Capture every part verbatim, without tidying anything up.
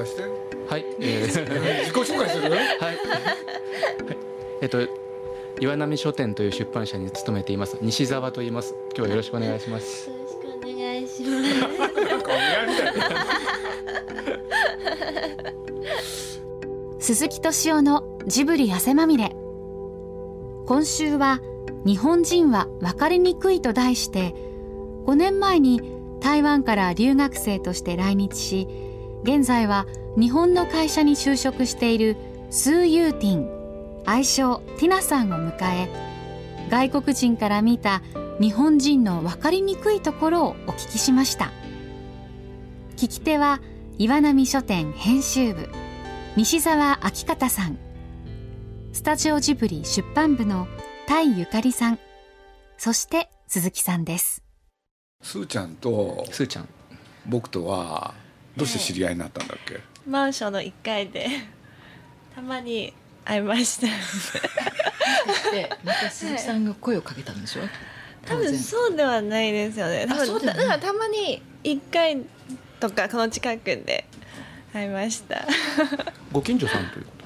介して。 はい、えー、 自己紹介する？はい、はい、 えっと岩波書店という出版社に勤めています西澤と言います。今日はよろしくお願いします。 よろしくお願いします。 なんかお願いみたいな。 鈴木敏夫のジブリ汗まみれ。今週は日本人は分かりにくいと題して、ごねんまえに台湾から留学生として来日し、現在は日本の会社に就職しているスー・ユーティン、愛称ティナさんを迎え、外国人から見た日本人の分かりにくいところをお聞きしました。聞き手は岩波書店編集部西澤明方さん、スタジオジブリ出版部の田井ゆかりさん、そして鈴木さんです。 スーちゃんとスーちゃん、 僕とはどうして知り合いになったんだっけ？ マンションのいっかいでたまに会いましたでまた鈴木さんが声をかけたんでしょ？ 多分そうではないですよね。多分だからたまにいっかいとかこの近くで会いましたご近所さんということ？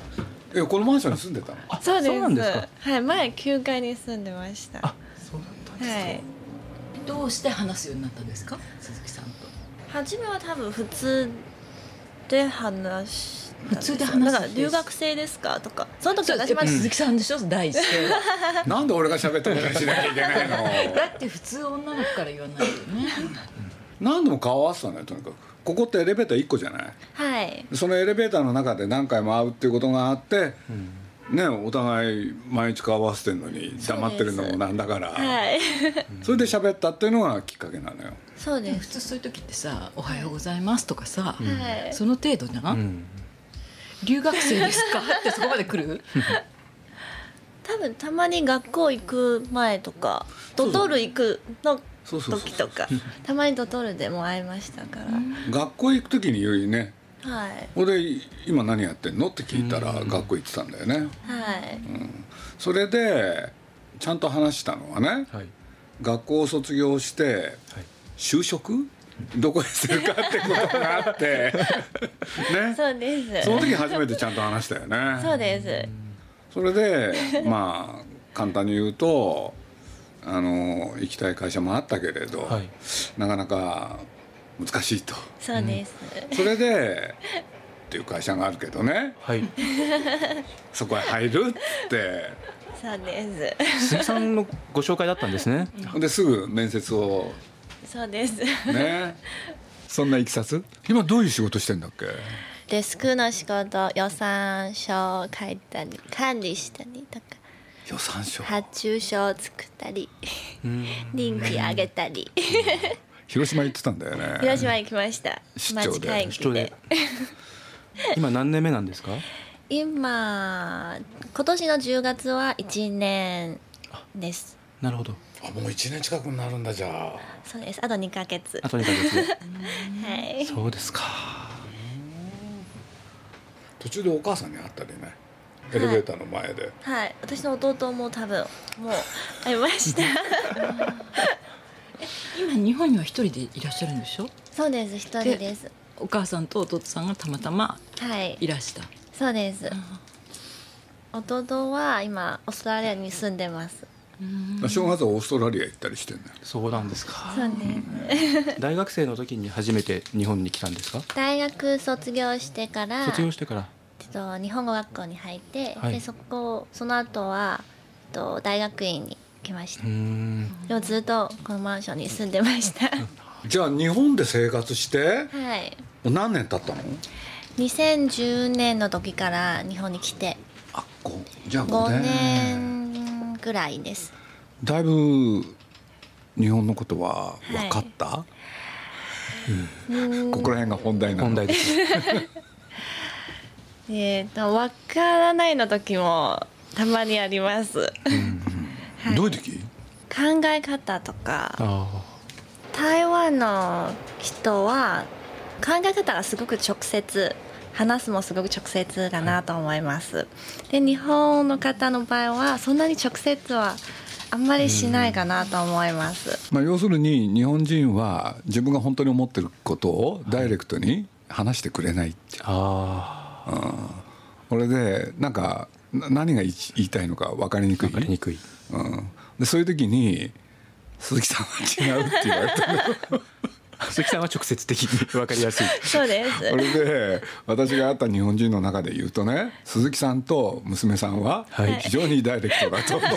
え、このマンションに住んでたの？ あ、そうです。 そうなんですか。 はい、前きゅうかいに住んでました。 あ、そうだったんですか。 はい。 どうして話すようになったんですか、鈴木さんと？ 初めは多分普通で話し普通で話す。 だから留学生ですかとか、その時私まだ鈴木さんでしょ、第一声は。 なんで俺が喋ったことにしなきゃいけないの？ だって普通女の子から言わないよね何度も顔合わせたのよ、とにかく。ここってエレベーターいっこじゃない？ はい。 そのエレベーターの中で何回も会うっていうことがあって、うん、ね、お互い毎日顔合わせてるのに黙ってるのもなんだから、はい、それで喋ったっていうのがきっかけなのよ。 そうです。 普通そういう時ってさ、おはようございますとかさ、 うん、 その程度じゃん、うん、留学生ですかってそこまで来る多分たまに学校行く前とかドトール行くの時とかたまにドトールでも会いましたから、うん、 学校行く時に言うね、 はい、 ほんで今何やってんのって聞いたら学校行ってたんだよね、はい、うん、それでちゃんと話したのはね、はい、学校を卒業して、はい、就職どこへするかってことがあってね、 そうです。 その時初めてちゃんと話したよね。 そうです。 それでまあ簡単に言うと、あの行きたい会社もあったけれど、はい、なかなか難しいと。 そうです、 うん、それでっていう会社があるけどね、はい、そこへ入るってそうです。 鈴木さんのご紹介だったんですね。 ですぐ面接を。 そうですね。そんないきさつ？今どういう仕事してんだっけ？ デスクの仕事、予算書を書いたり管理したりとか、 予算書、 発注書を作ったり臨機あげたり広島行ってたんだよね。 広島行きました。 出張で。 出張で今何年目なんですか？ 今今年のじゅうがつはいちねんです。 なるほど。 あ、もういちねん近くになるんだ。じゃあそうです。あとにかげつ。 あとにかげつはい。 そうですか。 途中でお母さんに会ったりね、エレベーターの前で、 はい、はい、私の弟も多分もう会いました今日本には一人でいらっしゃるんでしょ？ そうです、一人です。 お母さんと弟さんがたまたまいらした、はい、 そうです、うん、弟は今オーストラリアに住んでます。 正月はオーストラリア行ったりしてんね。 そうなんですか。 そうです、 大学生の時に初めて日本に来たんですか？ 大学卒業してから卒業してからちょっと日本語学校に入って、 はい、 でそこその後はと大学院に来ました。でもずっとこのマンションに住んでましたじゃあ日本で生活して、 はい、 もう何年経ったの？ にせんじゅうねんの時から日本に来て、 あ、じゃあごねんごねんぐらいです。 だいぶ日本のことは分かった、はい、うん、ここら辺が本題なの。 本題ですえっと分からないの時もたまにあります、うん、 はい、どういう時？ 考え方とか、台湾の人は考え方がすごく直接、話すもすごく直接だなと思います、はい、で日本の方の場合はそんなに直接はあんまりしないかなと思います、 まあ、要するに日本人は自分が本当に思ってることをダイレクトに話してくれないって。 ああ、 うん、俺でなんか何が言いたいのか分かりにくい。 分かりにくい、 うん、でそういう時に鈴木さんは違うって言われたの鈴木さんは直接的に分かりやすいそうです。 それで私が会った日本人の中で言うとね、鈴木さんと娘さんは非常にダイレクトだと、はい、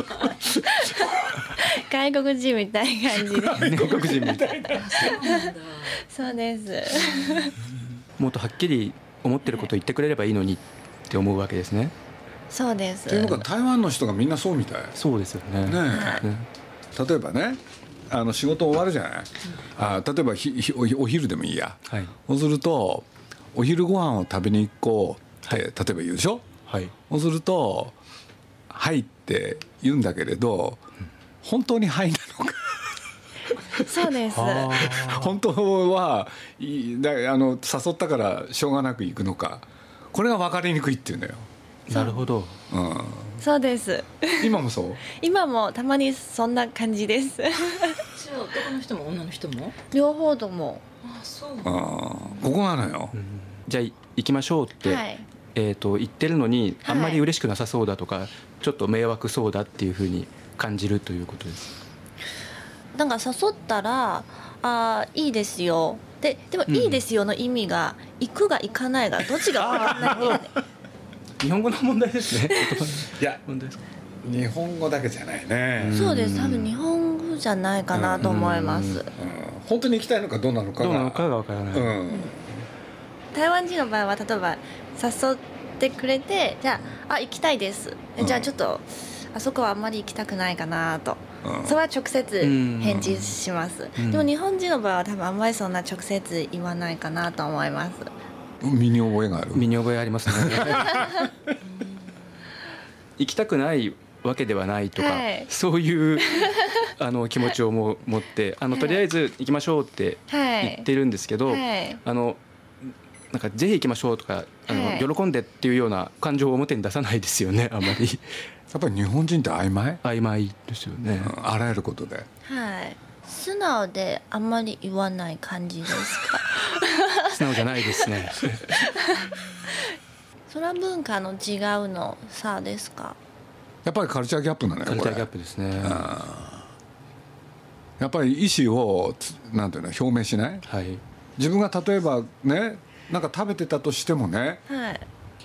外国人みたいな感じで外国人みたいなそうです。 もっとはっきり思ってることを言ってくれればいいのにって思うわけですね。 そうです。 っていうのが台湾の人がみんなそうみたい。 そうですよね。 ねえ、ね、例えばね、あの仕事終わるじゃない、うん、あ例えばひひ お, お昼でもいいや、はい、そうするとお昼ご飯を食べに行こうって、はい、例えば言うでしょ、はい、そうするとはいって言うんだけれど、うん、本当にはいなのかそうです。 本当はいだあの誘ったからしょうがなく行くのか、これが分かりにくいっていうんだよ。 なるほど、 うん、 そうです。 今もそう今もたまにそんな感じです男の人も女の人も両方とも。 あ、そう。 あここなのよ、うん、 じゃあ行きましょうって、はい、えー、と言ってるのにあんまり嬉しくなさそうだとか、はい、ちょっと迷惑そうだっていうふうに感じるということです。 なんか誘ったらあいいですよで、でもいいですよの意味が、うん、行くが行かないがどっちが分からない、ね、 日本語の問題ですねいや日本語だけじゃないね。 そうです。多分日本語じゃないかなと思います、うんうん、 本当に行きたいのかどうなのかがどうなのかが分からない、うん、 台湾人の場合は例えば誘ってくれて、じゃあ、あ行きたいです、うん、じゃあちょっとあそこはあんまり行きたくないかなと、うん、それは直接返事します、うん、でも日本人の場合は多分あんまりそんな直接言わないかなと思います。 身に覚えがある。 身に覚えありますね行きたくないわけではないとか、はい、そういうあの気持ちをも持ってあのとりあえず行きましょうって言ってるんですけど、はいはい、あのなんかぜひ行きましょうとかあの、はい、喜んでっていうような感情を表に出さないですよね、あんまり。 やっぱり日本人って曖昧曖昧ですよね、 うん、あらゆることで。 はい、素直であんまり言わない感じですか素直じゃないですねそれは文化の違うの差ですか。 やっぱりカルチャーギャップなのよ。 カルチャーギャップですね。 やっぱり意思をなんていうの表明しない、はい、自分が例えばねなんか食べてたとしてもね、はい、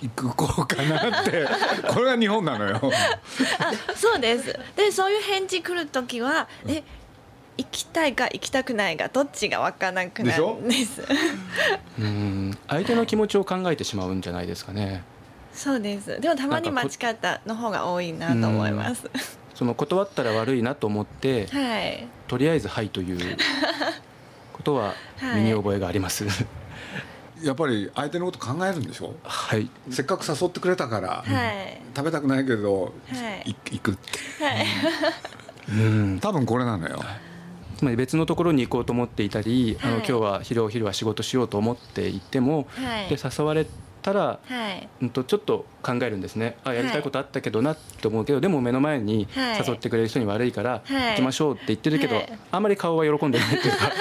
行こうかなってこれが日本なのよあそうです。でそういう返事来るときはえ行きたいか行きたくないかどっちが分からなくなるんですうん相手の気持ちを考えてしまうんじゃないですかね。 そうです。でもたまに間違ったの方が多いなと思います。 その断ったら悪いなと思って、はい、とりあえずはいということは身に覚えがあります、はい、 やっぱり相手のこと考えるんでしょ、はい、せっかく誘ってくれたから、はい、食べたくないけど、はい、行くって、はい、うん多分これなのよ。 つまり別のところに行こうと思っていたり、はい、あの今日は昼お昼は仕事しようと思って行っても、はい、で誘われたら、はいうん、とちょっと考えるんですね。あやりたいことあったけどなって思うけど、はい、でも目の前に誘ってくれる人に悪いから、はい、行きましょうって言ってるけど、はい、あんまり顔は喜んでないっていうか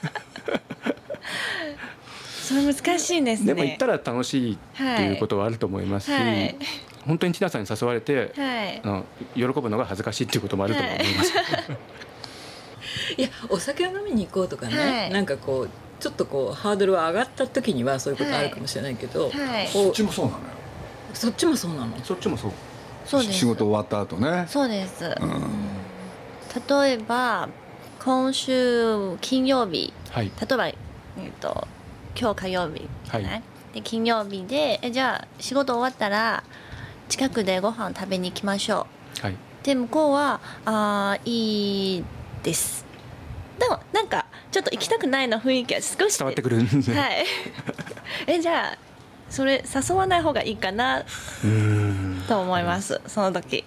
それ難しいですね。 でも行ったら楽しいっていうことはあると思いますし、はい、本当にティナさんに誘われて、はい、あの喜ぶのが恥ずかしいっていうこともあると思います、はいいやお酒を飲みに行こうとかね、はい、なんかこうちょっとこうハードルは上がった時にはそういうことあるかもしれないけど、はいはい、 そっちもそうなのよ。 そっちもそうなの。 そっちもそう。 そうです。 仕事終わった後ね。そうです、 うん、例えば今週金曜日、はい、例えば、えっと、今日火曜日、はいね、で金曜日でえじゃあ仕事終わったら近くでご飯食べに行きましょう、はい、で向こうはあいいですでもなんかちょっと行きたくないの雰囲気は少し伝わってくるんですね、 はい、えじゃあそれ誘わない方がいいかなと思いますその時。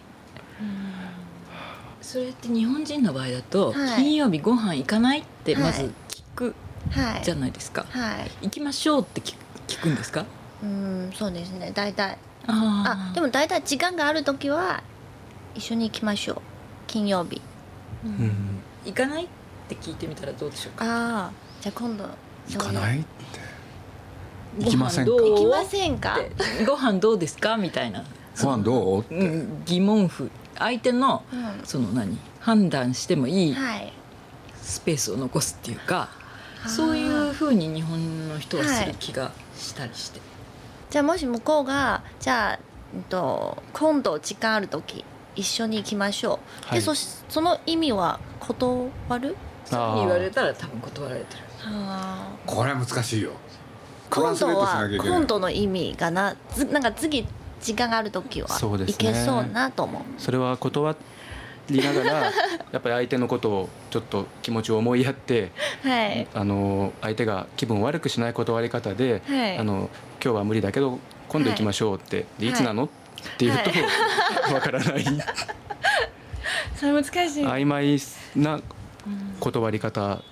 それって日本人の場合だと、はい、金曜日ご飯行かないってまず聞くじゃないですか、はいはい、行きましょうって聞聞くんですか。 うんそうですね大体ああでも大体時間がある時は一緒に行きましょう金曜日、 うん、行かないって聞いてみたらどうでしょうか。 ああじゃあ今度行かないって行きませんか行きませんかご飯どうですかみたいな、 ご飯どうって、うん、 疑問符、相手の、うん、その何判断してもいいスペースを残すっていうか、はい、そういうふうに日本の人はする気がしたりして、はい、 じゃあもし向こうがじゃあ、えっと、今度時間ある時一緒に行きましょう、はい、で そ, その意味は断る？ そう言われたら多分断られてる。 あ、これは難しいよ。 今度は今度の意味がな、なんか次時間がある時はいけそうなと思う。 それは断りながらやっぱり相手のことをちょっと気持ちを思いやって、はい、あの相手が気分を悪くしない断り方で、はい、あの今日は無理だけど今度行きましょうって、はい、でいつなの、はい、っていうとわからない、はい、 それ難しい。 曖昧な断り方、 はい、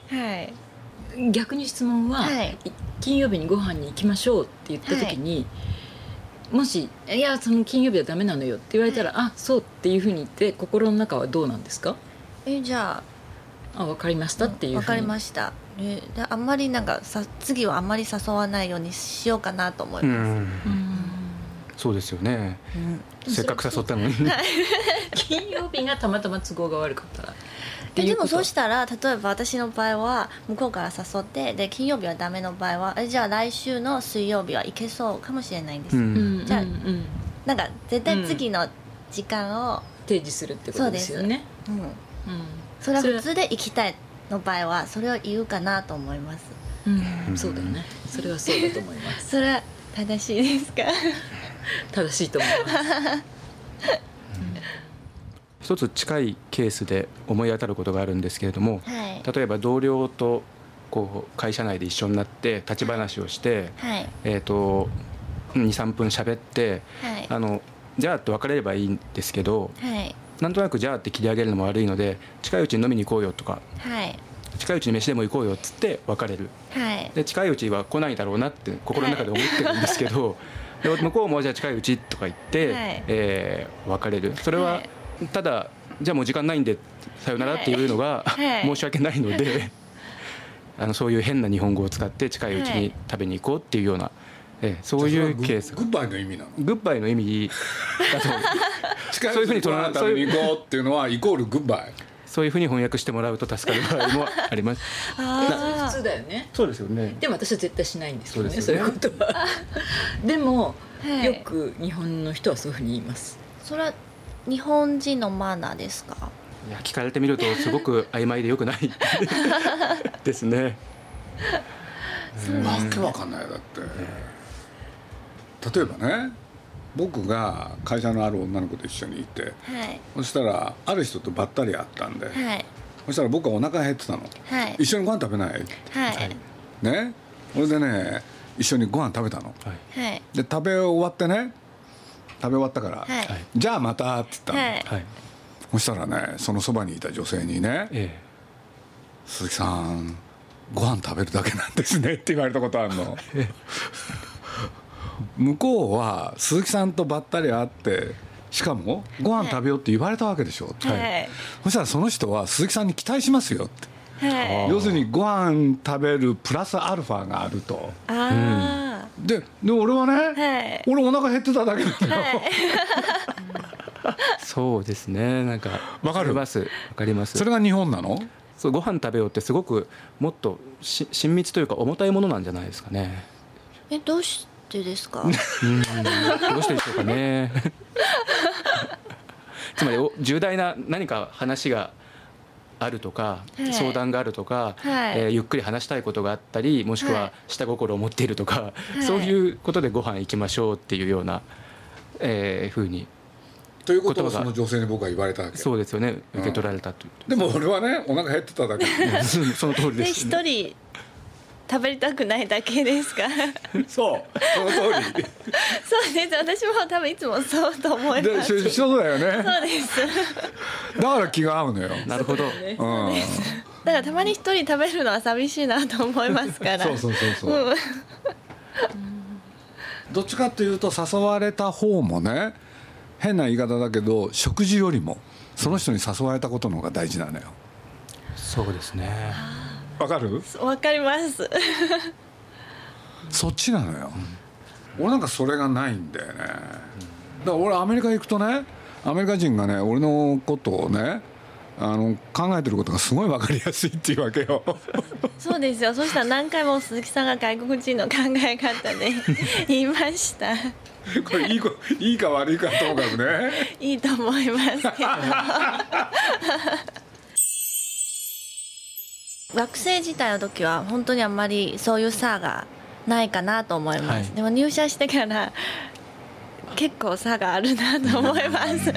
逆に質問は、はい、金曜日にご飯に行きましょうって言った時に、はい、もしいやその金曜日はダメなのよって言われたら、はい、あそうっていうふうに言って心の中はどうなんですか？ えじゃああ分かりましたっていうふうに。 分かりました、えであんまりなんかさ次はあんまり誘わないようにしようかなと思います。うんうんそうですよね、うん、せっかく誘ったのに金曜日がたまたま都合が悪かったらえでもそうしたら例えば私の場合は向こうから誘ってで金曜日はダメの場合はえじゃあ来週の水曜日は行けそうかもしれないんです、うん、じゃあ、うん、なんか絶対次の時間を、うん、 提示するってことですよね。 そうです、うんうん、それは普通で行きたいの場合はそれを言うかなと思います、 うん、そうだよね。それはそうだと思いますそれは正しいですか？ 正しいと思います一つ近いケースで思い当たることがあるんですけれども、はい、例えば同僚とこう会社内で一緒になって立ち話をして、はい、えーと、にさんぷん喋って、はい、あのじゃあって別れればいいんですけど、はい、なんとなくじゃあって切り上げるのも悪いので近いうちに飲みに行こうよとか、はい、近いうちに飯でも行こうよっつって別れる、はい、で近いうちは来ないだろうなって心の中で思ってるんですけど、はい、で向こうもじゃあ近いうちとか言って、はいえー、別れる。それは、はいただじゃあもう時間ないんでさよならっていうのが申し訳ないのであのそういう変な日本語を使って近いうちに食べに行こうっていうような、えそういうケース。 グッバイの意味なの？ グッバイの意味だと近いうちにご飯食べに行こうっていうのはイコールグッバイ。 そういうふうに翻訳してもらうと助かる場合もありますあ普通だよね。 そうですよね。 でも私は絶対しないんですよね、そういうことはでも、はい、よく日本の人はそういうふうに言います。 それは日本人のマナーですか？ いや聞かれてみるとすごく曖昧でよくないですね。 わけわかんない。だって、例えばね僕が会社のある女の子と一緒にいて、はい、そしたらある人とばったり会ったんで、はい、そしたら僕はお腹減ってたの、はい、一緒にご飯食べない、はいね、それでね一緒にご飯食べたの、はい、で食べ終わってね食べ終わったから、はい、じゃあまたって言ったの、はい、そしたらねそのそばにいた女性にね、ええ、鈴木さんご飯食べるだけなんですねって言われたことあるの向こうは鈴木さんとばったり会ってしかもご飯食べようって言われたわけでしょ、はい、そしたらその人は鈴木さんに期待しますよって、はい、要するにご飯食べるプラスアルファがあると。あうんで, で俺はね、はい、俺お腹減ってただけなんだよ、はい、 そうですね。なんか分かります分かります。 それが日本なの？ そうご飯食べようってすごくもっとし親密というか重たいものなんじゃないですかね。 えどうしてですか？ うんどうしてでしょうかねつまり重大な何か話があるとか、はい、相談があるとか、はいえー、ゆっくり話したいことがあったりもしくは下心を持っているとか、はい、そういうことでご飯行きましょうっていうような、えー、ふうにということをその女性に僕は言われたわけ。 そうですよね受け取られたという、 うん、でも俺はねお腹減ってただけその通りです、 ね、一人食べたくないだけですかそうその通りそうです。私も多分いつもそうと思います。 で一緒だよね。 そうですだから気が合うのよ。 なるほど、うん、 だからたまに一人食べるのは寂しいなと思いますからそうそうそうそう、うん、どっちかというと誘われた方もね変な言い方だけど食事よりもその人に誘われたことの方が大事なのよ。 そうですね。 わかる？ わかりますそっちなのよ、うん、俺なんかそれがないんだよね、うん、だから俺アメリカ行くとね、アメリカ人がね俺のことをねあの考えてることがすごい分かりやすいっていうわけよそうですよ。そしたら何回も鈴木さんが外国人の考え方で言いましたこれいいこいいか悪いかともかくねいいと思いますけど学生時代の時は本当にあんまりそういう差がないかなと思います、はい、でも入社してから結構差があるなと思います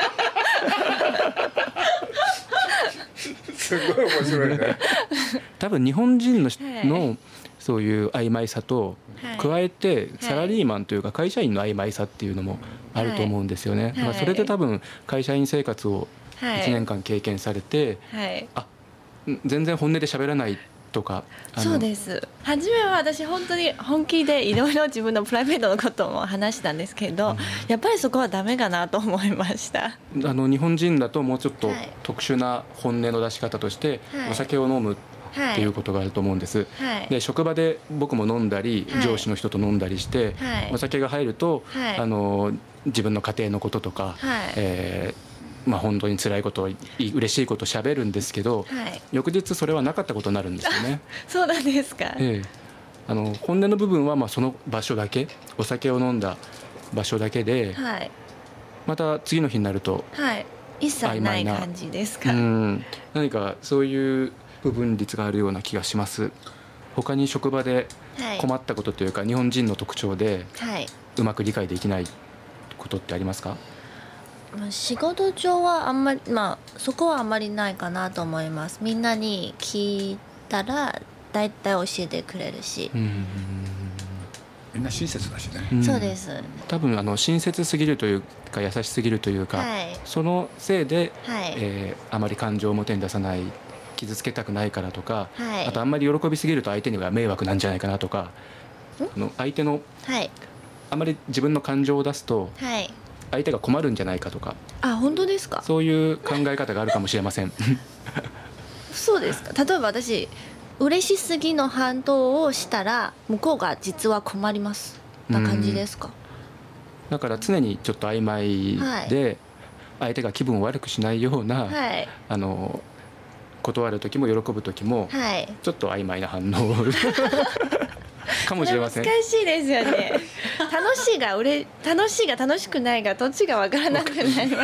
すごい面白いね多分日本人の、はい、のそういう曖昧さと加えてサラリーマンというか会社員の曖昧さっていうのもあると思うんですよね、はいはい、まあ、それで多分会社員生活をいちねんかん経験されて、はい、あ全然本音で喋らないとか。 そうです。初めは私本当に本気でいろいろ自分のプライベートのことも話したんですけど、うん、やっぱりそこはダメかなと思いました。 あの日本人だともうちょっと特殊な本音の出し方として、はい、お酒を飲むっていうことがあると思うんです、はい、で職場で僕も飲んだり、はい、上司の人と飲んだりして、はい、お酒が入ると、はい、あの自分の家庭のこととか、はい、えーまあ、本当に辛いこと嬉しいことをしゃべるんですけど、はい、翌日それはなかったことになるんですよねそうなんですか、 ええ、あの本音の部分はまあその場所だけ、お酒を飲んだ場所だけで、はい、また次の日になると、 はい、一切ない感じですか。 うん、何かそういう部分率があるような気がします。他に職場で困ったことというか、はい、日本人の特徴でうまく理解できないことってありますか？ 仕事上はあんまり、まあ、そこはあんまりないかなと思います。みんなに聞いたらだいたい教えてくれるし、うん、 みんな親切だしね、 うん、そうです。 多分あの親切すぎるというか優しすぎるというか、はい、そのせいで、はい、えー、あまり感情を表に出さない、傷つけたくないからとか、はい、あとあんまり喜びすぎると相手には迷惑なんじゃないかなとか、あの相手の、はい、あまり自分の感情を出すと、はい、相手が困るんじゃないかとか。 あ、本当ですか？ そういう考え方があるかもしれませんそうですか。例えば私嬉しすぎの反応をしたら向こうが実は困りますな感じですか？ だから常にちょっと曖昧で相手が気分を悪くしないような、はい、あの断る時も喜ぶ時もちょっと曖昧な反応をかもしれません。 難しいですよね楽しいがうれ楽しいが楽しくないがどっちが分からなくなりますよね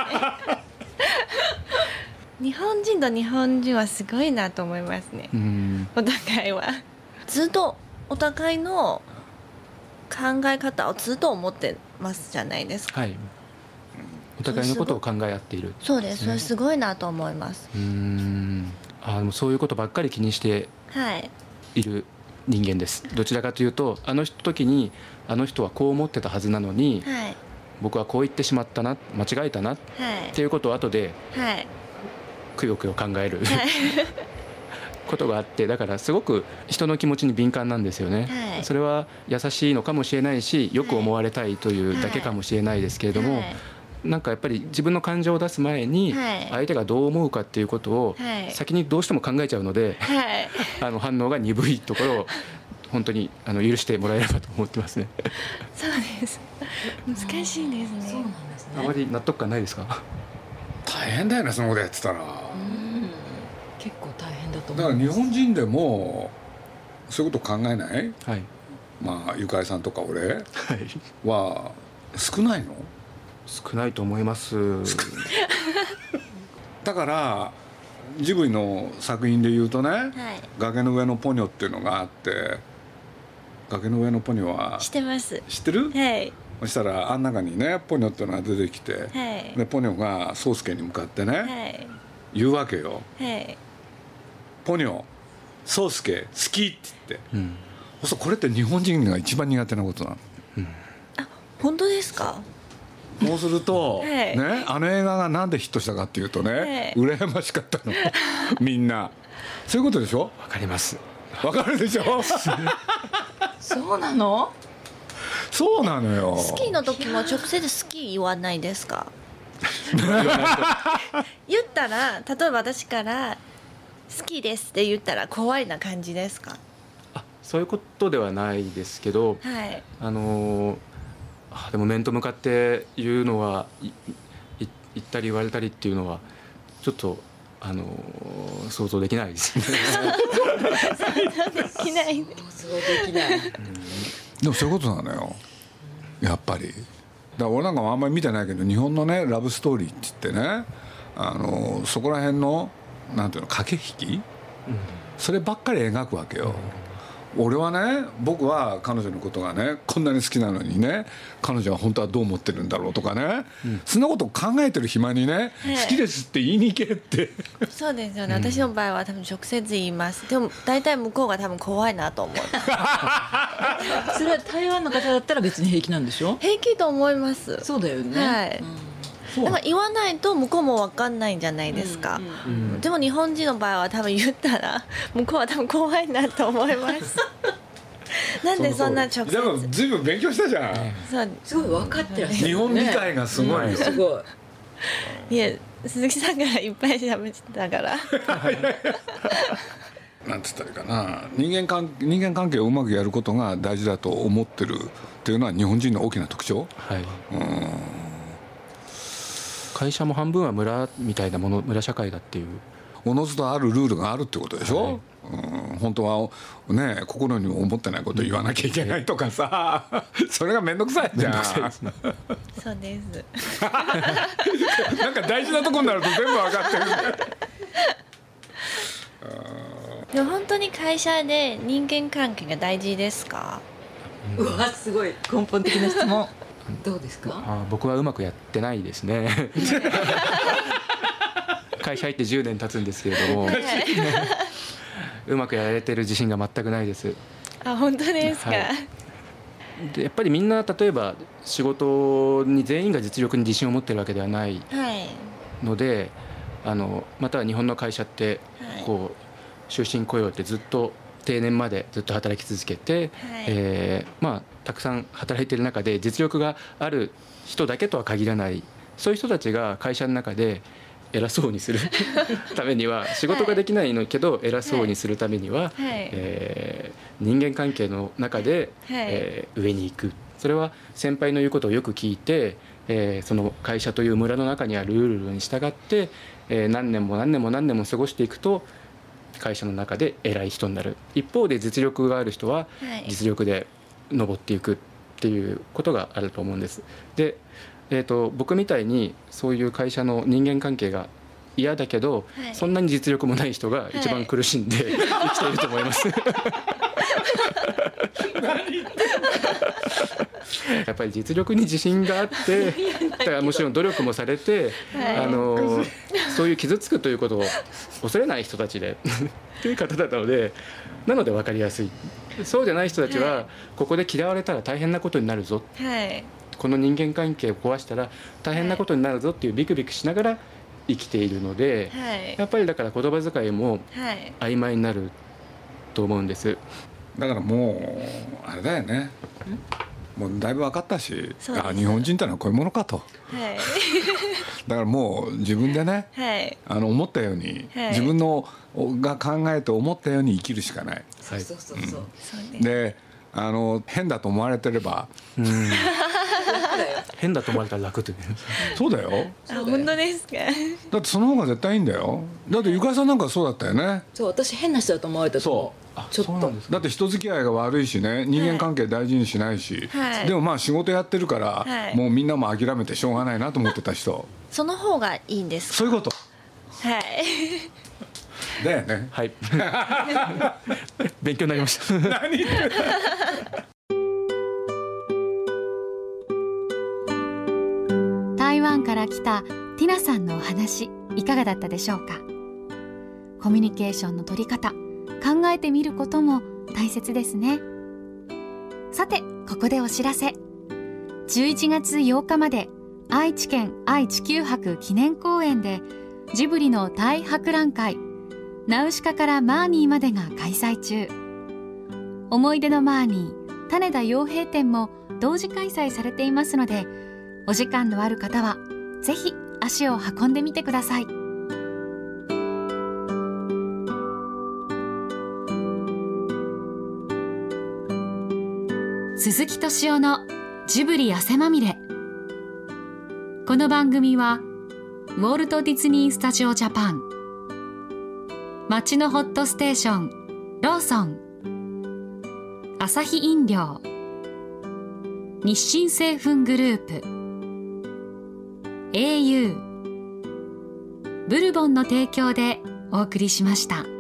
日本人と日本人はすごいなと思いますね。うん、お互いはずっとお互いの考え方をずっと思ってますじゃないですか、はい、 お互いのことを考え合っている、ね、 そうです。それすごいなと思います。 うーん、あ、でもそういうことばっかり気にしている人間です。どちらかというとあの時にあの人はこう思ってたはずなのに、はい、僕はこう言ってしまったな、間違えたな、はい、っていうことを後で、はい、くよくよ考える、はい、ことがあって、だからすごく人の気持ちに敏感なんですよね、はい、それは優しいのかもしれないしよく思われたいというだけかもしれないですけれども、はいはい、なんかやっぱり自分の感情を出す前に相手がどう思うかっていうことを先にどうしても考えちゃうので、はい、あの反応が鈍いところを本当にあの許してもらえればと思ってますねそうです。難しいですね。そうなんですね。 あまり納得感ないですか？ 大変だよね、そのことやってたら。うん、 結構大変だと思います。 だから日本人でもそういうこと考えない、はい、まあゆかりさんとか俺は少ないの？ 少ないと思いますだからジブリの作品でいうとね、はい、崖の上のポニョっていうのがあって、崖の上のポニョは知ってます。 知ってる？ はい。 そしたらあん中にねポニョっていうのが出てきて、はい、でポニョが宗介に向かってね、はい、言うわけよ、はい、ポニョ宗介好きって言って、うん、そうこれって日本人が一番苦手なことなの、うん、 あ、本当ですか？ そうすると、はい、ね、あの映画がなんでヒットしたかっていうとね、はい、羨ましかったのみんな。そういうことでしょ？ わかります。 わかるでしょそうなの？ そうなのよ。 スキーの時も直接スキー言わないですか？言ったら、例えば私から好きですって言ったら怖いな感じですか？ あ、 そういうことではないですけど、はい、あのあでも面と向かって言うのはい言ったり言われたりっていうのはちょっとあの想像できないですね。 想像できない想像できない、うん、 でもそういうことなのよやっぱり。だから俺なんかもあんまり見てないけど日本のねラブストーリーって言ってねあのそこら辺のなんていうの駆け引き、うん、そればっかり描くわけよ、うん、俺はね僕は彼女のことがねこんなに好きなのにね彼女は本当はどう思ってるんだろうとかね、うん、そんなことを考えてる暇にね、はい、好きですって言いに行けってそうですよね、うん、私の場合は多分直接言います。でも大体向こうが多分怖いなと思うそれは台湾の方だったら別に平気なんでしょ。 平気と思います。 そうだよね、 はい、うん、だから言わないと向こうも分かんないんじゃないですか、うんうんうん、でも日本人の場合は多分言ったら向こうは多分怖いなと思いますなんでそんな直接。 でも随分勉強したじゃん。 そうすごい分かってらっしゃる、 日本理解がすごい、うん、 すごい。 いや鈴木さんからいっぱい喋ってたからなんつったらいいかな、人間関人間関係をうまくやることが大事だと思ってるっていうのは日本人の大きな特徴、はい、うん、 会社も半分は村みたいなもの、村社会だっていう、 おのずとあるルールがあるってことでしょ、はい、うん、本当はね心にも思ってないこと言わなきゃいけないとかさ、それが面倒くさいじゃん。 そうですなんか大事なとこになると全部分かってるでも本当に会社で人間関係が大事ですか？ うわすごい根本的な質問どうですか？ あ僕はうまくやってないですね会社入ってじゅうねん経つんですけれどもうまくやられてる自信が全くないです。 あ本当ですか？はい、 でやっぱりみんな例えば仕事に全員が実力に自信を持ってるわけではないので、はい、あのまたは日本の会社ってこう、はい、終身雇用ってずっと定年までずっと働き続けて、はい、えー、まあ、たくさん働いている中で実力がある人だけとは限らない、そういう人たちが会社の中で偉そうにするためには仕事ができないのけど偉そうにするためには、はい、えー、人間関係の中で、はい、えー、上に行く。それは先輩の言うことをよく聞いて、えー、その会社という村の中にあるルールに従って、えー、何年も何年も何年も過ごしていくと会社の中で偉い人になる。一方で実力がある人は実力で上っていくっていうことがあると思うんです。で、えーと、僕みたいにそういう会社の人間関係が嫌だけど、はい、そんなに実力もない人が一番苦しんで、はい、生きていると思いますやっぱり実力に自信があってだからもちろん努力もされて、はい、あのそういう傷つくということを恐れない人たちでという方だったので、なので分かりやすい。そうじゃない人たちは、はい、ここで嫌われたら大変なことになるぞ、はい、この人間関係を壊したら大変なことになるぞっていうビクビクしながら生きているので、はい、やっぱりだから言葉遣いも曖昧になると思うんです。 だからもうあれだよね、もうだいぶ分かったし、あ日本人ってのはこういうものかと、はい、だからもう自分でね、はい、あの思ったように、はい、自分のが考えて思ったように生きるしかない。 そうそうそうそう、 うん、であの変だと思われてれば、うん、 変だと思われたら楽ってそうだよ。 あ本当ですか？ だってその方が絶対いいんだよ。だってゆかりさんなんかそうだったよね。 そう私変な人だと思われたと思う。ちょっとだって人付き合いが悪いしね、人間関係大事にしないし、はい、でもまあ仕事やってるから、はい、もうみんなも諦めてしょうがないなと思ってた人その方がいいんですか？ そういうことはいだよね。 はい勉強になりました何言ってる台湾から来たティナさんのお話いかがだったでしょうか？コミュニケーションの取り方考えてみることも大切ですね。さてここでお知らせ。じゅういちがつようかまで愛知県愛・地球博記念公園でジブリの大博覧会ナウシカからマーニーまでが開催中。思い出のマーニー種田洋平展も同時開催されていますので、お時間のある方はぜひ足を運んでみてください。 鈴木敏夫のジブリ汗まみれ。この番組はウォルト・ディズニー・スタジオ・ジャパン、街のホットステーションローソン、アサヒ飲料、日清製粉グループ、 エーユー、ブルボンの提供でお送りしました。